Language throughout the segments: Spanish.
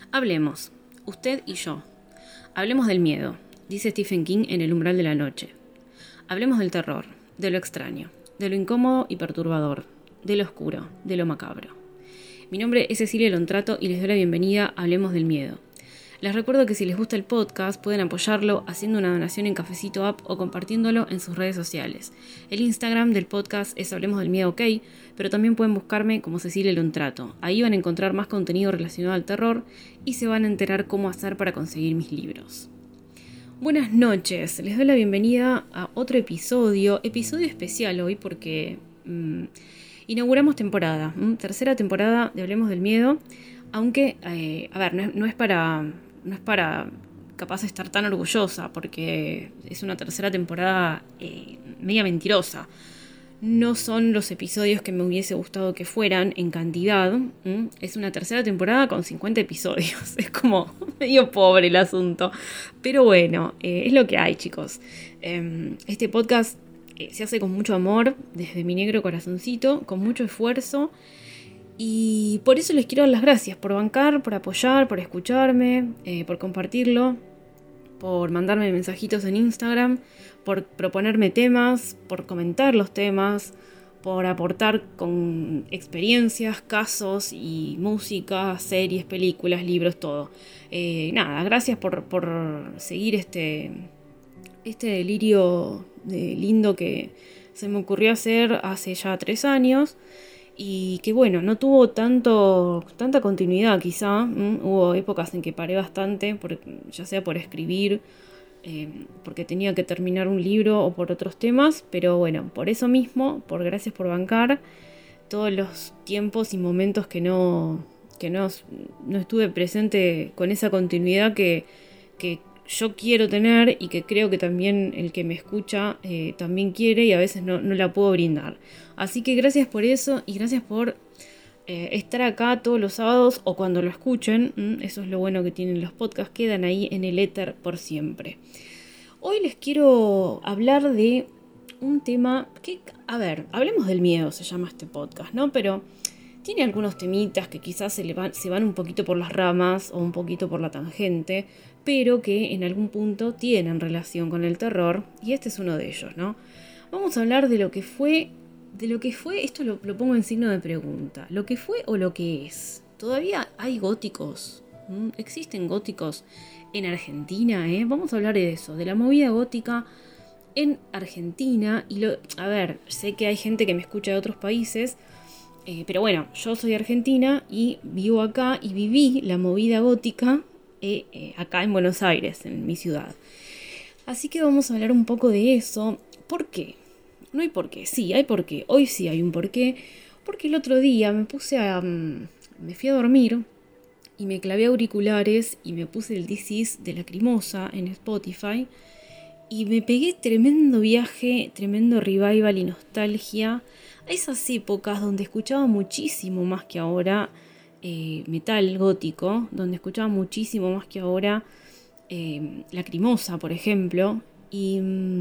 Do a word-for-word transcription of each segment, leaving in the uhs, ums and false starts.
Hablemos, usted y yo. Hablemos del miedo, dice Stephen King en El umbral de la noche. Hablemos del terror, de lo extraño, de lo incómodo y perturbador, de lo oscuro, de lo macabro. Mi nombre es Cecilia Lontrato y les doy la bienvenida a Hablemos del Miedo. Les recuerdo que si les gusta el podcast pueden apoyarlo haciendo una donación en Cafecito App o compartiéndolo en sus redes sociales. El Instagram del podcast es Hablemos del Miedo OK, pero también pueden buscarme como Cecilia Lontrato. Ahí van a encontrar más contenido relacionado al terror y se van a enterar cómo hacer para conseguir mis libros. Buenas noches, les doy la bienvenida a otro episodio, episodio especial hoy porque mmm, inauguramos temporada, mmm, tercera temporada de Hablemos del Miedo, aunque, eh, a ver, no es, no es para... No es para capaz de estar tan orgullosa, porque es una tercera temporada eh, media mentirosa. No son los episodios que me hubiese gustado que fueran en cantidad. ¿m? Es una tercera temporada con cincuenta episodios. Es como medio pobre el asunto. Pero bueno, eh, es lo que hay, chicos. Eh, este podcast eh, se hace con mucho amor, desde mi negro corazoncito, con mucho esfuerzo. Y por eso les quiero dar las gracias, por bancar, por apoyar, por escucharme, eh, por compartirlo, por mandarme mensajitos en Instagram, por proponerme temas, por comentar los temas, por aportar con experiencias, casos y música, series, películas, libros, todo. Eh, nada, gracias por, por seguir este, este delirio de lindo que se me ocurrió hacer hace ya tres años. Y que bueno, no tuvo tanto tanta continuidad quizá, ¿m? Hubo épocas en que paré bastante, por, ya sea por escribir, eh, porque tenía que terminar un libro o por otros temas, pero bueno, por eso mismo, por gracias por bancar, todos los tiempos y momentos que no, que no, no estuve presente con esa continuidad que, que yo quiero tener y que creo que también el que me escucha eh, también quiere y a veces no, no la puedo brindar. Así que gracias por eso y gracias por eh, estar acá todos los sábados o cuando lo escuchen. ¿m? Eso es lo bueno que tienen los podcasts, quedan ahí en el éter por siempre. Hoy les quiero hablar de un tema que, a ver, hablemos del miedo, se llama este podcast, ¿no? Pero tiene algunos temitas que quizás se, le van, se van un poquito por las ramas o un poquito por la tangente, pero que en algún punto tienen relación con el terror, y este es uno de ellos, ¿no? Vamos a hablar de lo que fue, de lo que fue, esto lo, lo pongo en signo de pregunta, lo que fue o lo que es. ¿Todavía hay góticos? ¿Mm? ¿Existen góticos en Argentina? ¿eh? Vamos a hablar de eso, de la movida gótica en Argentina, y lo, a ver, sé que hay gente que me escucha de otros países, eh, pero bueno, yo soy argentina y vivo acá y viví la movida gótica Eh, eh, acá en Buenos Aires, en mi ciudad. Así que vamos a hablar un poco de eso. ¿Por qué? No hay por qué. Sí, hay por qué. Hoy sí hay un por qué. Porque el otro día me puse a... Um, me fui a dormir y me clavé auriculares y me puse el This Is de Lacrimosa en Spotify y me pegué tremendo viaje, tremendo revival y nostalgia a esas épocas donde escuchaba muchísimo más que ahora Eh, metal gótico, donde escuchaba muchísimo más que ahora eh, Lacrimosa, por ejemplo, y,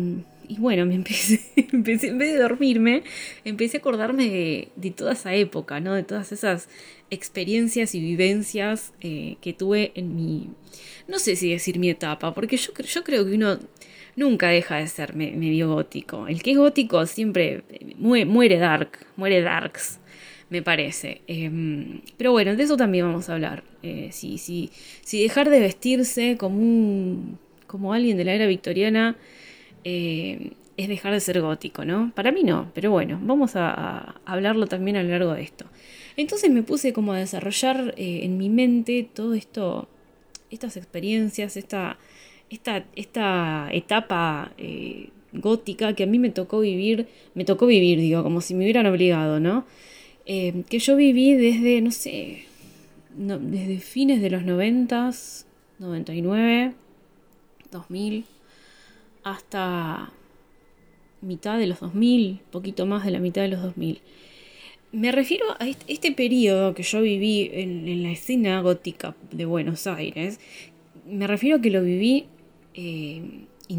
y bueno, me empecé, empecé, en vez de dormirme, empecé a acordarme de, de toda esa época, ¿no? De todas esas experiencias y vivencias eh, que tuve en mi, no sé si decir mi etapa, porque yo, yo creo que uno nunca deja de ser me, medio gótico. El que es gótico siempre muere, muere dark, muere darks, me parece. Eh, pero bueno, de eso también vamos a hablar. Eh, si, si, si dejar de vestirse como un como alguien de la era victoriana eh, es dejar de ser gótico, ¿no? Para mí no, pero bueno, vamos a, a hablarlo también a lo largo de esto. Entonces me puse como a desarrollar eh, en mi mente todo esto, estas experiencias, esta, esta, esta etapa eh, gótica que a mí me tocó vivir, me tocó vivir, digo, como si me hubieran obligado, ¿no? Eh, que yo viví desde, no sé, no, desde fines de los noventas, noventa y nueve, dos mil, hasta mitad de los dos mil, poquito más de la mitad de los dos mil. Me refiero a este, este periodo que yo viví en, en la escena gótica de Buenos Aires, me refiero a que lo viví eh,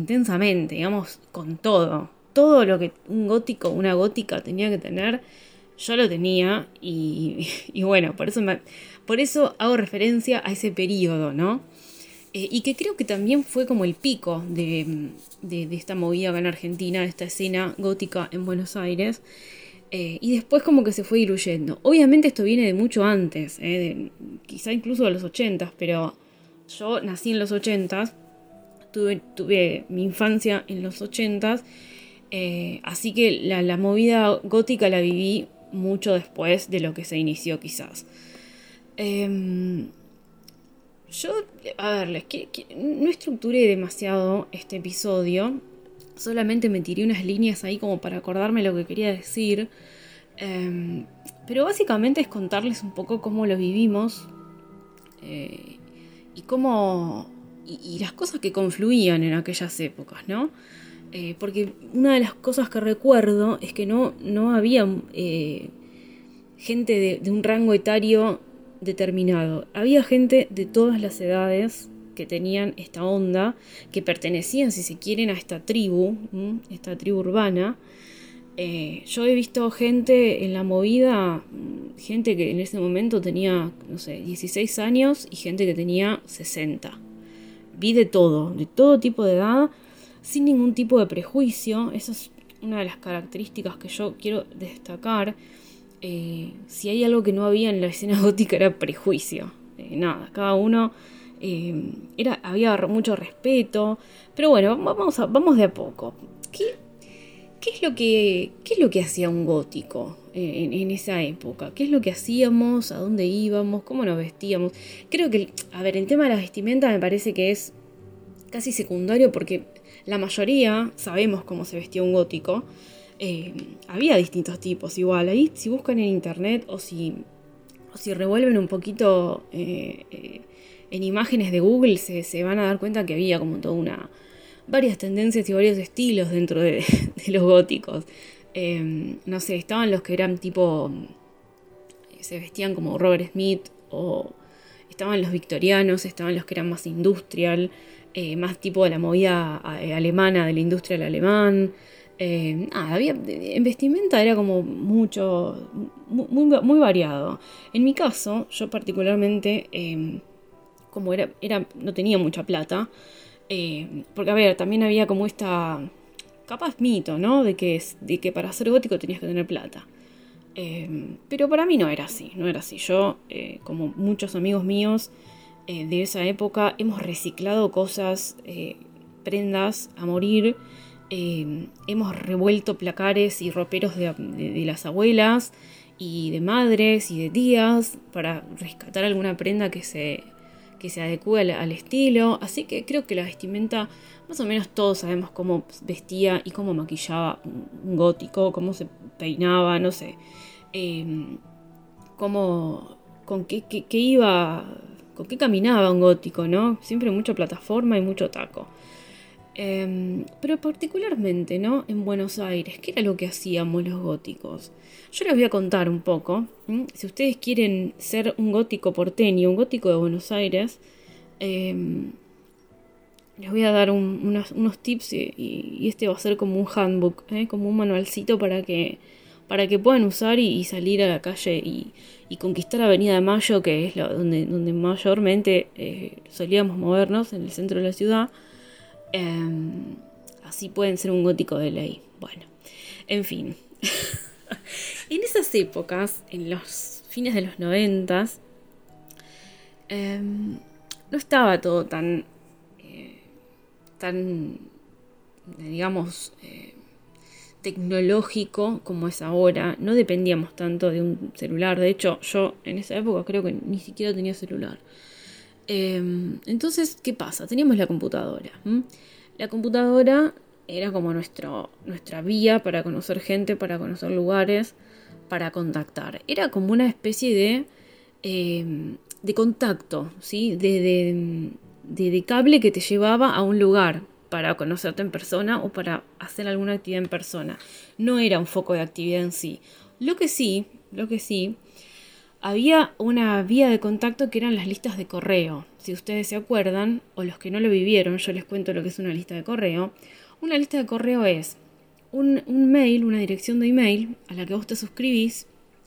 intensamente, digamos, con todo. Todo lo que un gótico, una gótica tenía que tener, yo lo tenía y, y bueno, por eso, me, por eso hago referencia a ese periodo, ¿no? Eh, y que creo que también fue como el pico de, de, de esta movida acá en Argentina, de esta escena gótica en Buenos Aires. Eh, y después como que se fue diluyendo. Obviamente esto viene de mucho antes, eh, de, quizá incluso de los ochentas, pero yo nací en los ochentas, tuve, tuve mi infancia en los ochentas, eh, así que la, la movida gótica la viví mucho después de lo que se inició quizás. Eh, yo, a ver, que, que no estructuré demasiado este episodio. Solamente me tiré unas líneas ahí como para acordarme lo que quería decir. Eh, pero básicamente es contarles un poco cómo lo vivimos. Eh, y cómo. Y, y las cosas que confluían en aquellas épocas, ¿no? Eh, porque una de las cosas que recuerdo es que no, no había eh, gente de, de un rango etario determinado. Había gente de todas las edades que tenían esta onda, que pertenecían, si se quieren, a esta tribu, ¿m? esta tribu urbana. Eh, yo he visto gente en la movida, gente que en ese momento tenía, no sé, dieciséis años y gente que tenía sesenta. Vi de todo, de todo tipo de edad, sin ningún tipo de prejuicio. Esa es una de las características que yo quiero destacar. Eh, si hay algo que no había en la escena gótica era prejuicio. Eh, nada, cada uno... Eh, era, había mucho respeto, pero bueno, vamos, a, vamos de a poco. ¿Qué, qué, es lo que, ¿Qué es lo que hacía un gótico eh, en, en esa época? ¿Qué es lo que hacíamos? ¿A dónde íbamos? ¿Cómo nos vestíamos? Creo que, a ver, el tema de la vestimenta me parece que es casi secundario porque la mayoría sabemos cómo se vestía un gótico. Eh, había distintos tipos igual. Ahí si buscan en internet o si, o si revuelven un poquito... Eh, eh, en imágenes de Google se, se van a dar cuenta que había como toda una... varias tendencias y varios estilos dentro de, de los góticos. Eh, no sé, estaban los que eran tipo... se vestían como Robert Smith, o estaban los victorianos, estaban los que eran más industrial, eh, más tipo de la movida eh, alemana, de la industrial alemán. Eh, nada, había, en vestimenta era como mucho, muy, muy variado. En mi caso, yo particularmente... Eh, como era, era, no tenía mucha plata, eh, porque a ver, también había como esta, capaz mito, ¿no? De que, de que para ser gótico tenías que tener plata. Eh, pero para mí no era así, no era así. Yo, eh, como muchos amigos míos eh, de esa época, hemos reciclado cosas, eh, prendas a morir, eh, hemos revuelto placares y roperos de, de, de las abuelas y de madres y de tías para rescatar alguna prenda que se... que se adecue al, al estilo, así que creo que la vestimenta, más o menos todos sabemos cómo vestía y cómo maquillaba un, un gótico, cómo se peinaba, no sé, eh, cómo, con qué, qué, qué iba, con qué caminaba un gótico, ¿no? Siempre mucha plataforma y mucho taco. Eh, pero particularmente, ¿no? En Buenos Aires, ¿qué era lo que hacíamos los góticos? Yo les voy a contar un poco. ¿Mm? Si ustedes quieren ser un gótico porteño, un gótico de Buenos Aires, eh, les voy a dar un, unos, unos tips y, y este va a ser como un handbook, ¿eh? Como un manualcito para que, para que puedan usar y, y salir a la calle y, y conquistar Avenida de Mayo, que es la, donde, donde mayormente eh, solíamos movernos, en el centro de la ciudad. Eh, así pueden ser un gótico de ley. Bueno, en fin. En esas épocas, en los fines de los noventas, eh, no estaba todo tan, eh, tan, digamos, eh, tecnológico como es ahora. No dependíamos tanto de un celular. De hecho, yo en esa época creo que ni siquiera tenía celular. Eh, entonces, ¿qué pasa? Teníamos la computadora. ¿m? La computadora era como nuestro, nuestra vía para conocer gente, para conocer lugares, para contactar. Era como una especie de, eh, de contacto, ¿sí? De, de, de, de cable que te llevaba a un lugar para conocerte en persona o para hacer alguna actividad en persona. No era un foco de actividad en sí. Lo que sí, lo que sí... había una vía de contacto que eran las listas de correo. Si ustedes se acuerdan, o los que no lo vivieron, yo les cuento lo que es una lista de correo. Una lista de correo es un, un mail, una dirección de email a la que vos te suscribís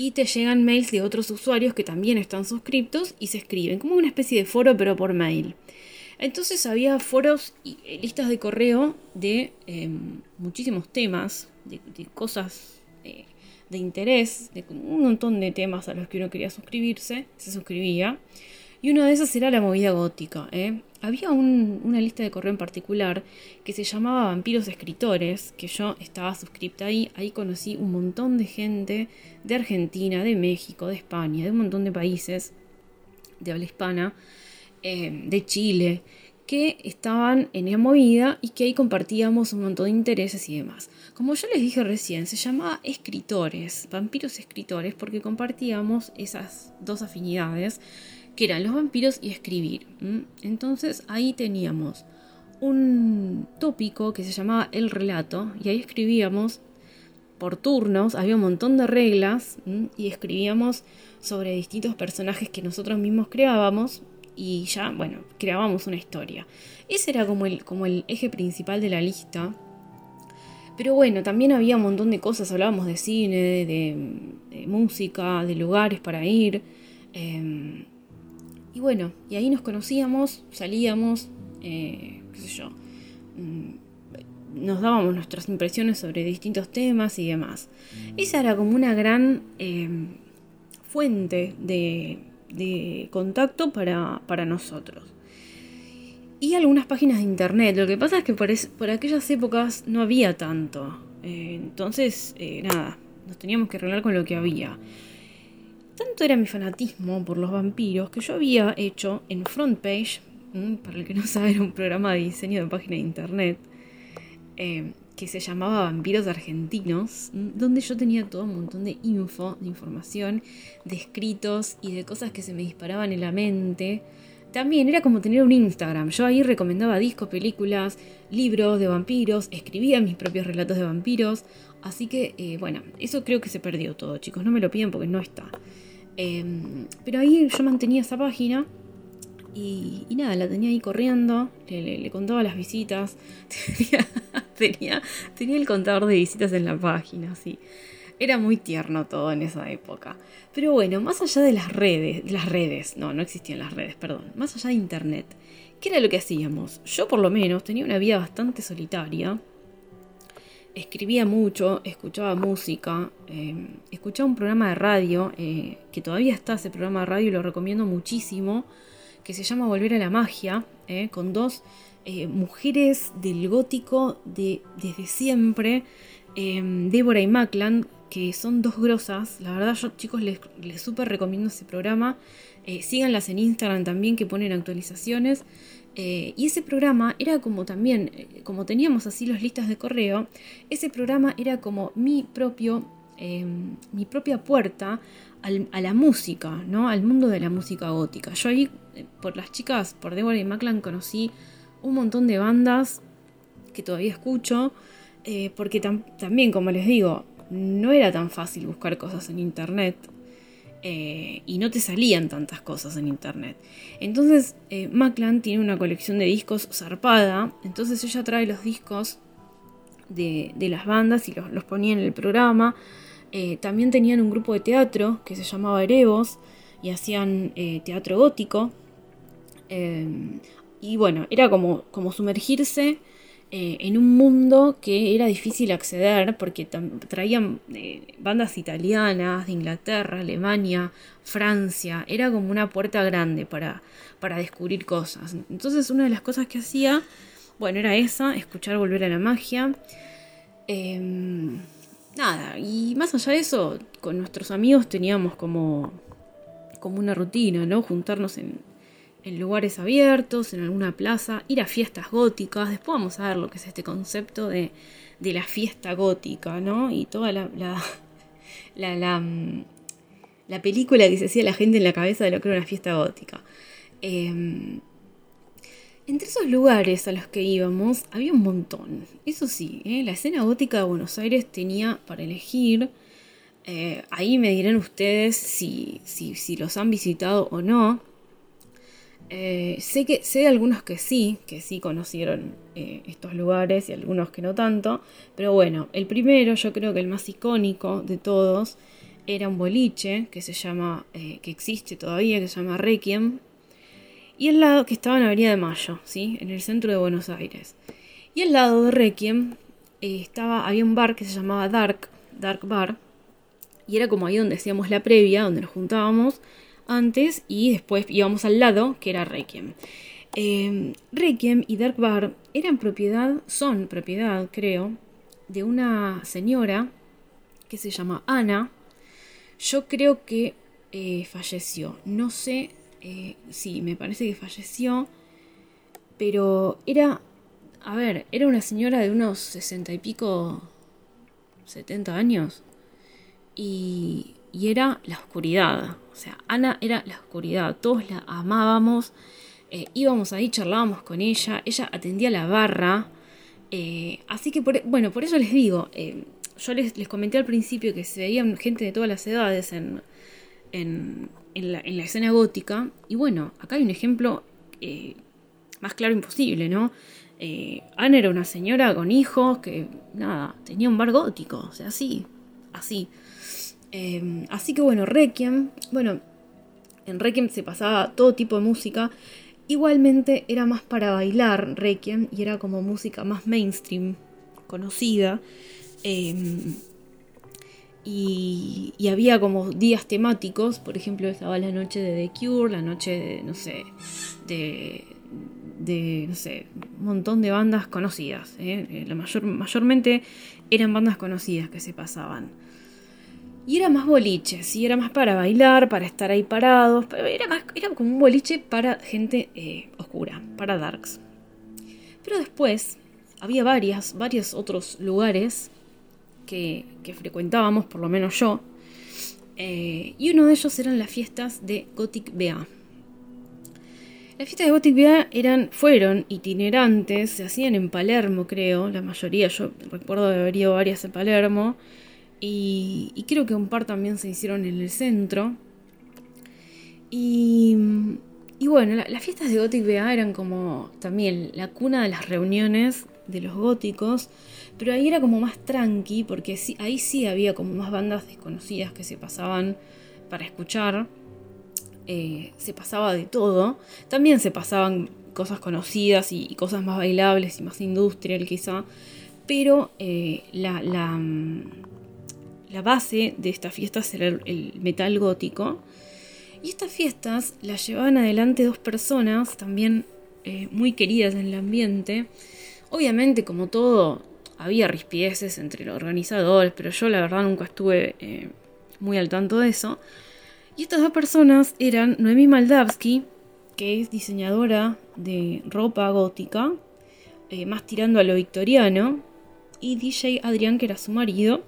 y te llegan mails de otros usuarios que también están suscriptos y se escriben, como una especie de foro pero por mail. Entonces había foros y listas de correo de eh, muchísimos temas, de, de cosas eh, de interés, de un montón de temas a los que uno quería suscribirse, se suscribía. Y uno de esos era la movida gótica. ¿eh? Había un, una lista de correo en particular que se llamaba Vampiros Escritores, que yo estaba suscripta ahí. Ahí conocí un montón de gente de Argentina, de México, de España, de un montón de países de habla hispana, eh, de Chile, que estaban en la movida y que ahí compartíamos un montón de intereses y demás. Como yo les dije recién, se llamaba Escritores, Vampiros Escritores, porque compartíamos esas dos afinidades, que eran los vampiros y escribir. ¿m? Entonces ahí teníamos un tópico que se llamaba el relato, y ahí escribíamos por turnos, había un montón de reglas, ¿m? y escribíamos sobre distintos personajes que nosotros mismos creábamos, y ya, bueno, creábamos una historia. Ese era como el, como el eje principal de la lista. Pero bueno, también había un montón de cosas, hablábamos de cine, de, de música, de lugares para ir. Eh, y bueno, y ahí nos conocíamos, salíamos, eh, qué sé yo, nos dábamos nuestras impresiones sobre distintos temas y demás. Esa era como una gran eh, fuente de... de contacto para, para nosotros. Y algunas páginas de internet. Lo que pasa es que por, es, por aquellas épocas no había tanto. Eh, entonces, eh, nada, nos teníamos que arreglar con lo que había. Tanto era mi fanatismo por los vampiros que yo había hecho en Frontpage, ¿m? Para el que no sabe, era un programa de diseño de página de internet, eh, que se llamaba Vampiros Argentinos, donde yo tenía todo un montón de info, de información, de escritos y de cosas que se me disparaban en la mente. También era como tener un Instagram. Yo ahí recomendaba discos, películas, libros de vampiros, escribía mis propios relatos de vampiros. Así que, eh, bueno, eso creo que se perdió todo, chicos. No me lo piden porque no está. Eh, pero ahí yo mantenía esa página. Y, y nada, la tenía ahí corriendo, le, le, le contaba las visitas, tenía, tenía, tenía el contador de visitas en la página, sí. Era muy tierno todo en esa época. Pero bueno, más allá de las redes, de las redes, no, no existían las redes, perdón, más allá de internet, ¿qué era lo que hacíamos? Yo por lo menos tenía una vida bastante solitaria, escribía mucho, escuchaba música, eh, escuchaba un programa de radio, eh, que todavía está ese programa de radio y lo recomiendo muchísimo, que se llama Volver a la Magia, eh, con dos eh, mujeres del gótico de, desde siempre, eh, Débora y Maclan, que son dos grosas. La verdad yo, chicos, les, les súper recomiendo ese programa. Eh, síganlas en Instagram también, que ponen actualizaciones. Eh, y ese programa era como también, eh, como teníamos así las listas de correo, ese programa era como mi propio, eh, mi propia puerta al, a la música, ¿no? Al mundo de la música gótica. Yo ahí, eh, por las chicas, por Débora y Maclan, conocí un montón de bandas que todavía escucho, eh, porque tam- también, como les digo, no era tan fácil buscar cosas en internet. Eh, y no te salían tantas cosas en internet. Entonces eh, Maclan tiene una colección de discos zarpada. Entonces ella trae los discos de, de las bandas y los, los ponía en el programa. Eh, también tenían un grupo de teatro que se llamaba Erebos y hacían eh, teatro gótico. Eh, y bueno, era como, como sumergirse Eh, en un mundo que era difícil acceder porque tam- traían eh, bandas italianas, de Inglaterra, Alemania, Francia. Era como una puerta grande para, para descubrir cosas. Entonces una de las cosas que hacía, bueno, era esa, escuchar Volver a la Magia. Eh, nada, y más allá de eso, con nuestros amigos teníamos como, como una rutina, ¿no? Juntarnos en en lugares abiertos, en alguna plaza, ir a fiestas góticas. Después vamos a ver lo que es este concepto de, de la fiesta gótica, ¿no? Y toda la, la, la, la, la película que se hacía la gente en la cabeza de lo que era una fiesta gótica. Eh, entre esos lugares a los que íbamos había un montón. Eso sí, ¿eh? La escena gótica de Buenos Aires tenía para elegir. Eh, ahí me dirán ustedes si, si, si los han visitado o no. Eh, sé que sé de algunos que sí, que sí conocieron eh, estos lugares y algunos que no tanto, pero bueno, el primero, yo creo que el más icónico de todos, era un boliche que se llama, eh, que existe todavía, que se llama Requiem, y al lado, que estaba en Avenida de Mayo, ¿sí? En el centro de Buenos Aires. Y al lado de Requiem eh, estaba, había un bar que se llamaba Dark, Dark Bar, y era como ahí donde hacíamos la previa, donde nos juntábamos antes, y después íbamos al lado, que era Requiem. Eh, Requiem y Dark Bar eran propiedad, son propiedad, creo, de una señora que se llama Ana. Yo creo que eh, falleció. No sé, eh, sí, me parece que falleció, pero era, a ver, era una señora de unos sesenta y pico, setenta años, y, y era la oscuridad. O sea, Ana era la oscuridad, todos la amábamos. Eh, íbamos ahí, charlábamos con ella, ella atendía la barra, eh, así que, por, bueno, por eso les digo, eh, yo les, les comenté al principio que se veían gente de todas las edades en, en, en, la, en la escena gótica, y bueno, acá hay un ejemplo eh, más claro imposible, ¿no? Eh, Ana era una señora con hijos que, nada, tenía un bar gótico, o sea, así, así. Eh, así que bueno, Requiem, bueno, en Requiem se pasaba todo tipo de música. Igualmente era más para bailar Requiem y era como música más mainstream, conocida. Eh, y, y había como días temáticos, por ejemplo estaba la noche de The Cure, la noche de, no sé, de, de no sé, un montón de bandas conocidas. ¿eh? La mayor, mayormente eran bandas conocidas que se pasaban. Y era más boliche, sí, era más para bailar, para estar ahí parados. Era, más, era como un boliche para gente eh, oscura, para darks. Pero después había varias, varios otros lugares que, que frecuentábamos, por lo menos yo. Eh, y uno de ellos eran las fiestas de Gothic B A. Las fiestas de Gothic B A eran, fueron itinerantes, se hacían en Palermo, creo, la mayoría. Yo recuerdo de haber ido varias en Palermo. Y, y creo que un par también se hicieron en el centro. Y, y bueno, la, las fiestas de Gothic B A eran como también la cuna de las reuniones de los góticos. Pero ahí era como más tranqui, porque sí, ahí sí había como más bandas desconocidas que se pasaban para escuchar. Eh, se pasaba de todo. También se pasaban cosas conocidas y, y cosas más bailables y más industrial quizá. Pero eh, la... la La base de estas fiestas era el metal gótico. Y estas fiestas las llevaban adelante dos personas también eh, muy queridas en el ambiente. Obviamente, como todo, había rispideces entre los organizadores, pero yo la verdad nunca estuve eh, muy al tanto de eso. Y estas dos personas eran Noemí Moldavsky, que es diseñadora de ropa gótica, eh, más tirando a lo victoriano, y D J Adrián, que era su marido.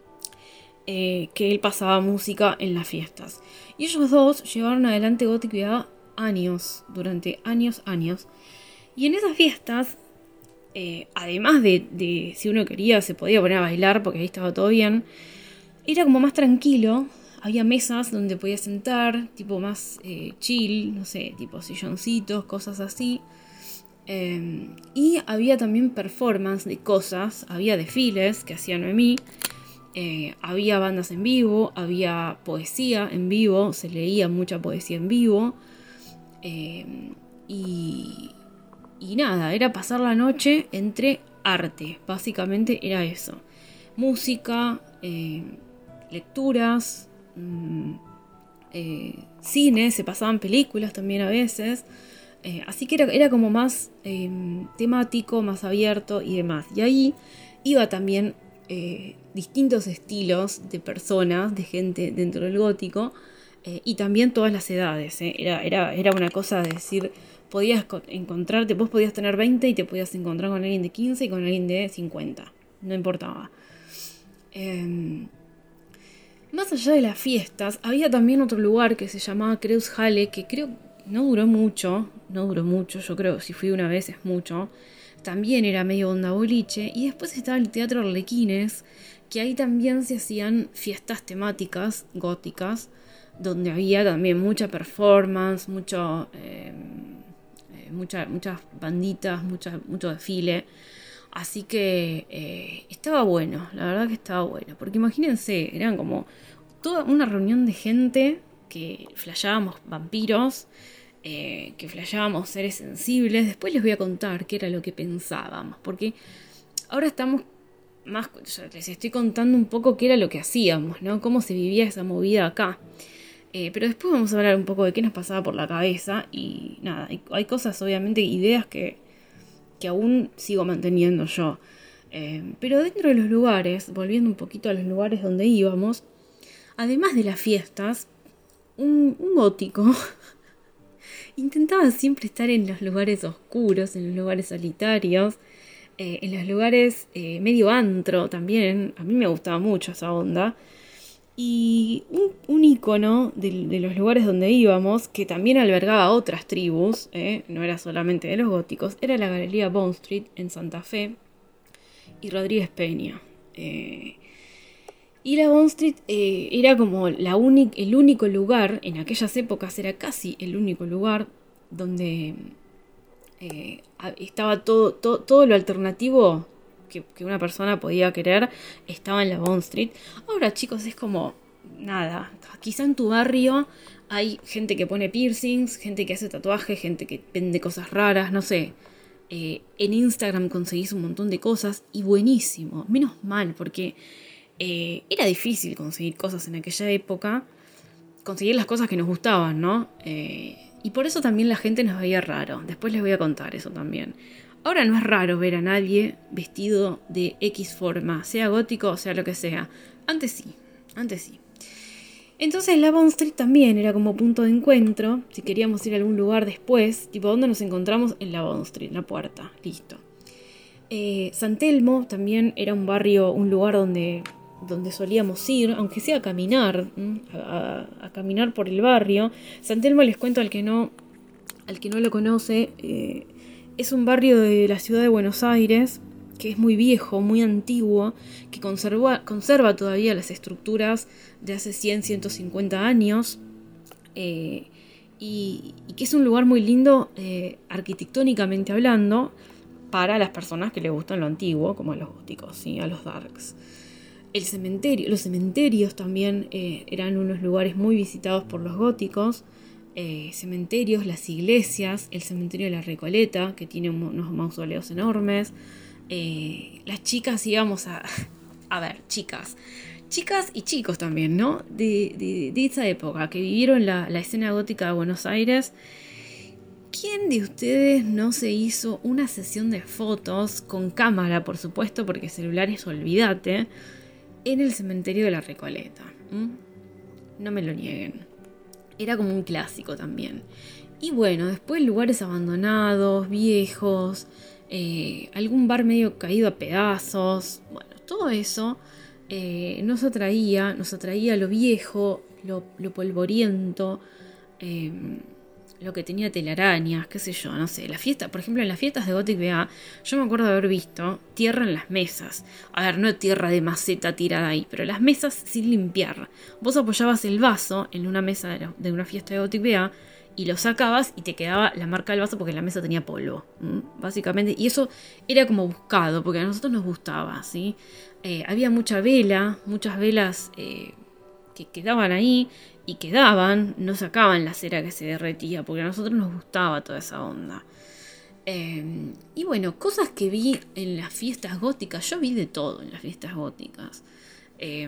Eh, que él pasaba música en las fiestas. Y ellos dos llevaron adelante Gothic B A años, durante años, años. Y en esas fiestas, eh, además de, de si uno quería, se podía poner a bailar porque ahí estaba todo bien, era como más tranquilo. Había mesas donde podías sentar, tipo más eh, chill, no sé, tipo silloncitos, cosas así. Eh, y había también performance de cosas, había desfiles que hacía Noemí. Eh, había bandas en vivo, había poesía en vivo, se leía mucha poesía en vivo. Eh, y, y nada, era pasar la noche entre arte, básicamente era eso. Música, eh, lecturas, mmm, eh, cine, se pasaban películas también a veces. Eh, así que era, era como más eh, temático, más abierto y demás. Y ahí iba también eh, distintos estilos de personas, de gente dentro del gótico, eh, y también todas las edades. Eh. Era, era, era una cosa de decir, podías encontrarte, vos podías tener veinte y te podías encontrar con alguien de quince y con alguien de cincuenta. No importaba. Eh, más allá de las fiestas, había también otro lugar que se llamaba Kreuzhalle, que creo no duró mucho, no duró mucho, yo creo que si fui una vez es mucho. También era medio onda boliche. Y después estaba el Teatro Arlequines, que ahí también se hacían fiestas temáticas góticas, donde había también mucha performance, mucho, eh, eh, mucha, muchas banditas, mucha, mucho desfile. Así que eh, estaba bueno, la verdad que estaba bueno. Porque imagínense, eran como toda una reunión de gente que flasheábamos vampiros, eh, que flasheábamos seres sensibles. Después les voy a contar qué era lo que pensábamos, porque ahora estamos más, les estoy contando un poco qué era lo que hacíamos, ¿no? Cómo se vivía esa movida acá. Eh, pero después vamos a hablar un poco de qué nos pasaba por la cabeza y nada, hay, hay cosas, obviamente, ideas que, que aún sigo manteniendo yo. Eh, pero dentro de los lugares, volviendo un poquito a los lugares donde íbamos, además de las fiestas, un, un gótico intentaba siempre estar en los lugares oscuros, en los lugares solitarios, eh, en los lugares eh, medio antro también. A mí me gustaba mucho esa onda. Y un, un ícono de, de los lugares donde íbamos, que también albergaba otras tribus, eh, no era solamente de los góticos, era la Galería Bond Street en Santa Fe y Rodríguez Peña. Eh, y la Bond Street eh, era como la uni- el único lugar, en aquellas épocas era casi el único lugar donde eh, estaba todo, todo, todo lo alternativo Que, que una persona podía querer, estaba en la Bond Street. Ahora, chicos, es como nada, quizá en tu barrio hay gente que pone piercings, gente que hace tatuajes, gente que vende cosas raras, no sé. Eh, en Instagram conseguís un montón de cosas y buenísimo, menos mal, porque eh, era difícil conseguir cosas en aquella época, conseguir las cosas que nos gustaban, ¿no? Eh, y por eso también la gente nos veía raro. Después les voy a contar eso también. Ahora no es raro ver a nadie vestido de X forma, sea gótico o sea lo que sea. Antes sí, antes sí. Entonces la Bond Street también era como punto de encuentro. Si queríamos ir a algún lugar después, tipo, ¿dónde nos encontramos? En la Bond Street, en la puerta, listo. Eh, San Telmo también era un barrio, un lugar donde, donde solíamos ir, aunque sea a caminar, a, a, a caminar por el barrio. San Telmo, les cuento al que no, al que no lo conoce, eh, es un barrio de la ciudad de Buenos Aires que es muy viejo, muy antiguo, que conserva, conserva todavía las estructuras de hace cien, ciento cincuenta años, eh, y, y que es un lugar muy lindo eh, arquitectónicamente hablando para las personas que les gustan lo antiguo, como a los góticos, ¿sí? A los darks. El cementerio, los cementerios también eh, eran unos lugares muy visitados por los góticos. Eh, cementerios, las iglesias, el cementerio de la Recoleta, que tiene unos mausoleos enormes. Eh, las chicas íbamos a... A ver, chicas. Chicas y chicos también, ¿no? De, de, de esa época, que vivieron la, la escena gótica de Buenos Aires. ¿Quién de ustedes no se hizo una sesión de fotos con cámara, por supuesto, porque celulares olvídate, en el cementerio de la Recoleta? ¿Mm? No me lo nieguen. Era como un clásico también. Y bueno, después lugares abandonados, viejos, eh, algún bar medio caído a pedazos. Bueno, todo eso eh, nos atraía, nos atraía lo viejo, lo, lo polvoriento, eh, lo que tenía telarañas, qué sé yo, no sé. La fiesta, por ejemplo, en las fiestas de Gothic B A, yo me acuerdo de haber visto tierra en las mesas. A ver, no tierra de maceta tirada ahí, pero las mesas sin limpiar. Vos apoyabas el vaso en una mesa de, la, de una fiesta de Gothic B A y lo sacabas y te quedaba la marca del vaso porque la mesa tenía polvo, ¿m? Básicamente. Y eso era como buscado, porque a nosotros nos gustaba, ¿sí? Eh, había mucha vela, muchas velas eh, que quedaban ahí. Y quedaban, no sacaban la cera que se derretía, porque a nosotros nos gustaba toda esa onda. Eh, y bueno, cosas que vi en las fiestas góticas. Yo vi de todo en las fiestas góticas. Eh,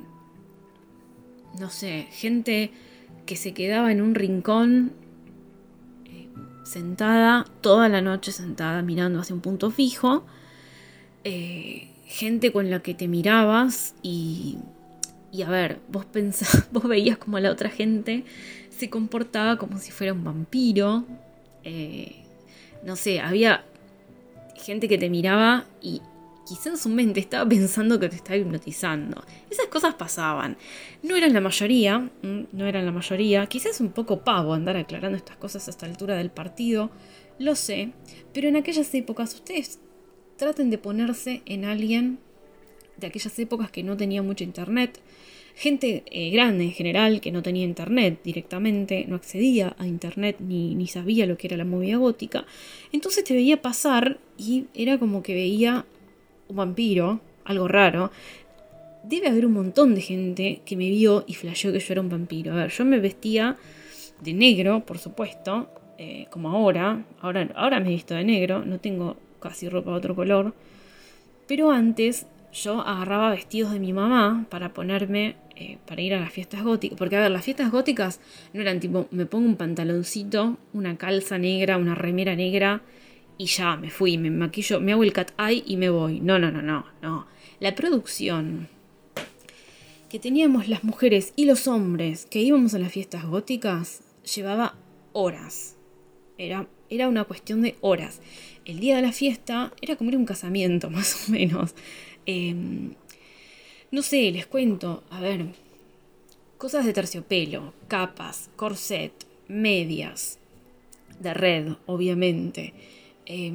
no sé, gente que se quedaba en un rincón, eh, sentada, toda la noche sentada, mirando hacia un punto fijo. Eh, gente con la que te mirabas y... Y a ver, vos pensás, vos veías como la otra gente se comportaba como si fuera un vampiro. Eh, no sé, había gente que te miraba y quizá en su mente estaba pensando que te estaba hipnotizando. Esas cosas pasaban. No eran la mayoría, no eran la mayoría. Quizás es un poco pavo andar aclarando estas cosas a esta altura del partido, lo sé. Pero en aquellas épocas ustedes traten de ponerse en alguien de aquellas épocas que no tenía mucho internet, gente eh, grande en general que no tenía internet directamente, no accedía a internet ni, ni sabía lo que era la movida gótica, entonces te veía pasar y era como que veía un vampiro, algo raro, debe haber un montón de gente que me vio y flasheó que yo era un vampiro. A ver, yo me vestía de negro, por supuesto, eh, como ahora. ahora. Ahora me he visto de negro, no tengo casi ropa de otro color. Pero antes yo agarraba vestidos de mi mamá para ponerme, eh, para ir a las fiestas góticas. Porque, a ver, las fiestas góticas no eran tipo, me pongo un pantaloncito, una calza negra, una remera negra y ya, me fui, me maquillo, me hago el cat eye y me voy. No, no, no, no, no. La producción que teníamos las mujeres y los hombres que íbamos a las fiestas góticas llevaba horas. Era, era una cuestión de horas. El día de la fiesta era como ir a un casamiento, más o menos. Eh, no sé, les cuento, a ver, cosas de terciopelo, capas, corset, medias, de red, obviamente, eh,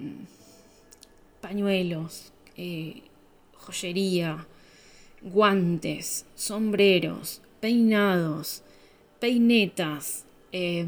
pañuelos, eh, joyería, guantes, sombreros, peinados, peinetas, eh,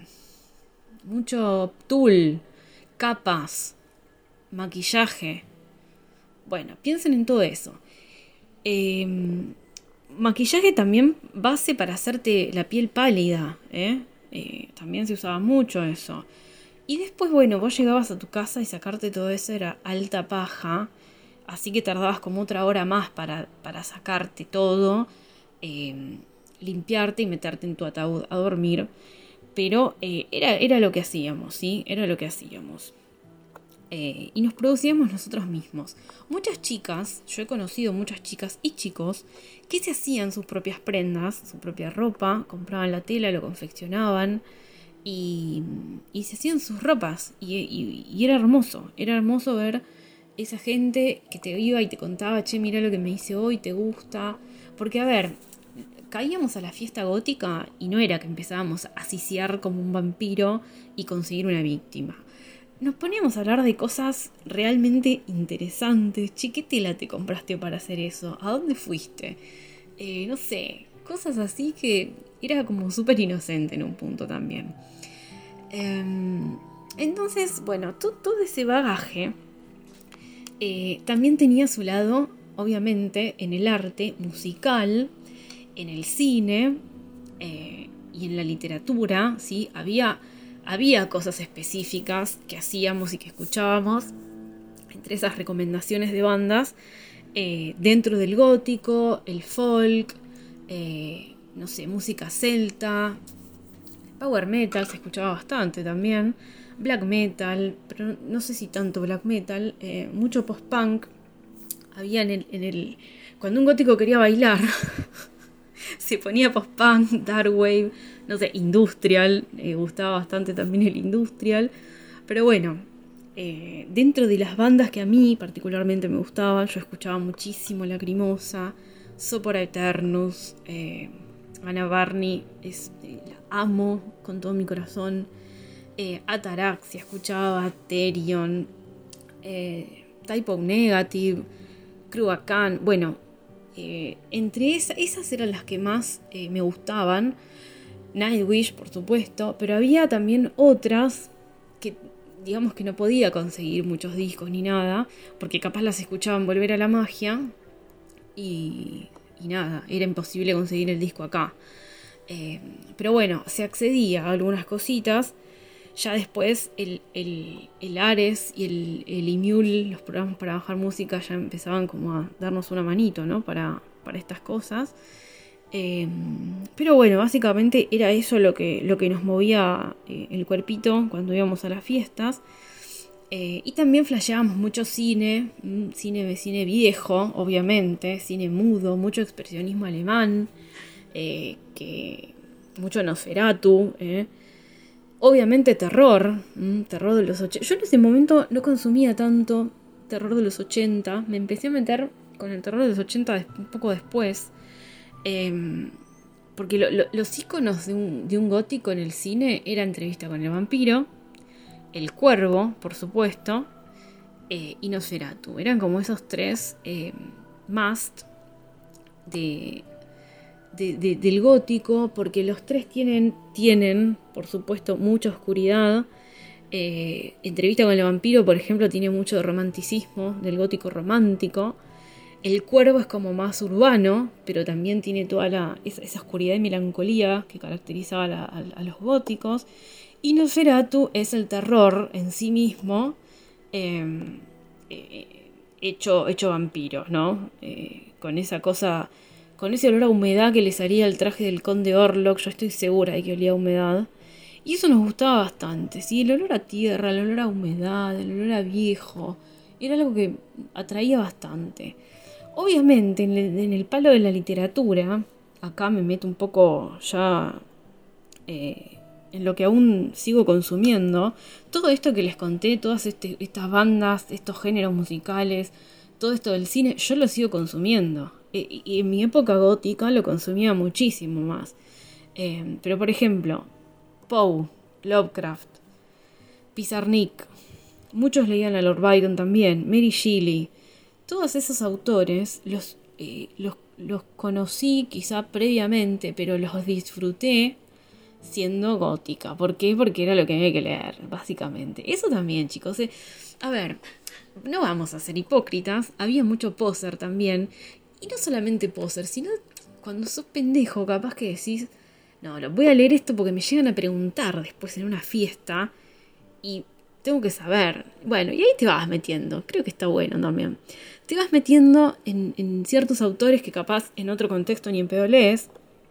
mucho tul, capas, maquillaje. Bueno, piensen en todo eso. Eh, maquillaje también base para hacerte la piel pálida, ¿eh? Eh, también se usaba mucho eso. Y después, bueno, vos llegabas a tu casa y sacarte todo eso era alta paja. Así que tardabas como otra hora más para, para sacarte todo, eh, limpiarte y meterte en tu ataúd a dormir. Pero eh, era, era lo que hacíamos, ¿sí? Era lo que hacíamos. Eh, y nos producíamos nosotros mismos. Muchas chicas, yo he conocido muchas chicas y chicos que se hacían sus propias prendas, su propia ropa, compraban la tela, lo confeccionaban y, y se hacían sus ropas. Y, y, y era hermoso, era hermoso ver esa gente que te iba y te contaba, che, mira lo que me hice hoy, te gusta. Porque, a ver, caíamos a la fiesta gótica y no era que empezábamos a asiciar como un vampiro y conseguir una víctima. Nos poníamos a hablar de cosas realmente interesantes. Che, ¿qué tela te compraste para hacer eso? ¿A dónde fuiste? Eh, no sé, cosas así que era como súper inocente en un punto también. Eh, entonces, bueno, todo, todo ese bagaje eh, también tenía su lado, obviamente, en el arte musical, en el cine eh, y en la literatura, ¿sí? Había... Había cosas específicas que hacíamos y que escuchábamos, entre esas recomendaciones de bandas, eh, dentro del gótico, el folk, eh, no sé, música celta, power metal se escuchaba bastante también, black metal, pero no sé si tanto black metal, eh, mucho post-punk, había en el, en el... Cuando un gótico quería bailar... se ponía post-punk, dark wave, no sé, industrial, me eh, gustaba bastante también el industrial, pero bueno, eh, dentro de las bandas que a mí particularmente me gustaban, yo escuchaba muchísimo Lacrimosa, Sopora Eternus, eh, Ana Barney, es, eh, la amo con todo mi corazón, eh, Ataraxia, escuchaba Therion, eh, Type O Negative, Cruacan, bueno, Eh, entre esa, esas eran las que más eh, me gustaban. Nightwish, por supuesto, pero había también otras que digamos que no podía conseguir muchos discos ni nada, porque capaz las escuchaban Volver a la Magia y, y nada, era imposible conseguir el disco acá. Eh, pero bueno, se accedía a algunas cositas. Ya después el, el, el Ares y el, el Emule, los programas para bajar música, ya empezaban como a darnos una manito, ¿no? Para, para estas cosas. Eh, pero bueno, básicamente era eso lo que, lo que nos movía eh, el cuerpito cuando íbamos a las fiestas. Eh, y también flasheábamos mucho cine, cine, cine viejo, obviamente, cine mudo, mucho expresionismo alemán, eh, que, mucho Nosferatu, eh. Obviamente terror, ¿m? terror de los ochenta. Yo en ese momento no consumía tanto terror de los ochenta, me empecé a meter con el terror de los ochenta un poco después, eh, porque lo, lo, los íconos de un, de un gótico en el cine era Entrevista con el vampiro, El Cuervo, por supuesto, eh, y Nosferatu. Eran como esos tres eh, must de... De, de, del gótico, porque los tres tienen, tienen por supuesto, mucha oscuridad. Eh, Entrevista con el vampiro, por ejemplo, tiene mucho de romanticismo, del gótico romántico. El Cuervo es como más urbano, pero también tiene toda la, esa, esa oscuridad y melancolía que caracterizaba a, la, a, a los góticos. Y Nosferatu es el terror en sí mismo, eh, eh, hecho, hecho vampiro, ¿no? Eh, con esa cosa, con ese olor a humedad que le salía al traje del conde Orlok. Yo estoy segura de que olía a humedad. Y eso nos gustaba bastante, ¿sí? El olor a tierra, el olor a humedad, el olor a viejo, era algo que atraía bastante. Obviamente, en el, en el palo de la literatura, acá me meto un poco ya eh, en lo que aún sigo consumiendo. Todo esto que les conté, todas este, estas bandas, estos géneros musicales, todo esto del cine, yo lo sigo consumiendo. E, y en mi época gótica lo consumía muchísimo más. Eh, pero por ejemplo, Poe, Lovecraft, Pizarnik, muchos leían a Lord Byron también, Mary Shelley. Todos esos autores los, eh, los, los conocí quizá previamente, pero los disfruté siendo gótica. ¿Por qué? Porque era lo que había que leer, básicamente. Eso también, chicos. Eh, a ver, no vamos a ser hipócritas. Había mucho poser también. Y no solamente poser, sino cuando sos pendejo, capaz que decís, no, lo voy a leer esto porque me llegan a preguntar después en una fiesta y tengo que saber. Bueno, y ahí te vas metiendo. Creo que está bueno también. Te vas metiendo en, en ciertos autores que capaz en otro contexto ni en pedo lees.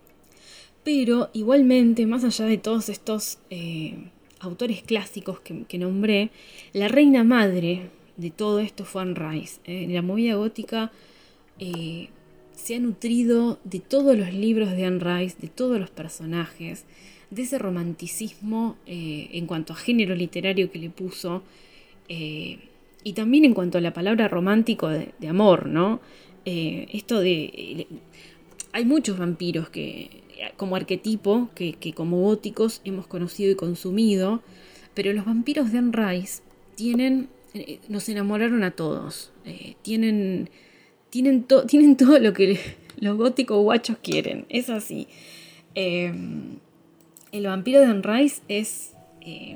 Pero igualmente, más allá de todos estos eh, autores clásicos que, que nombré, la reina madre de todo esto fue Anne Rice. Eh. La movida gótica eh, se ha nutrido de todos los libros de Anne Rice, de todos los personajes, de ese romanticismo eh, en cuanto a género literario que le puso, eh, y también en cuanto a la palabra romántico de, de amor, ¿no? Eh, esto de... Eh, hay muchos vampiros que, como arquetipo, que, que como góticos hemos conocido y consumido, pero los vampiros de Anne Rice tienen, eh, nos enamoraron a todos, eh, tienen, tienen, to, tienen todo lo que los góticos guachos quieren, es así. Eh, El vampiro de Anne Rice es... Eh,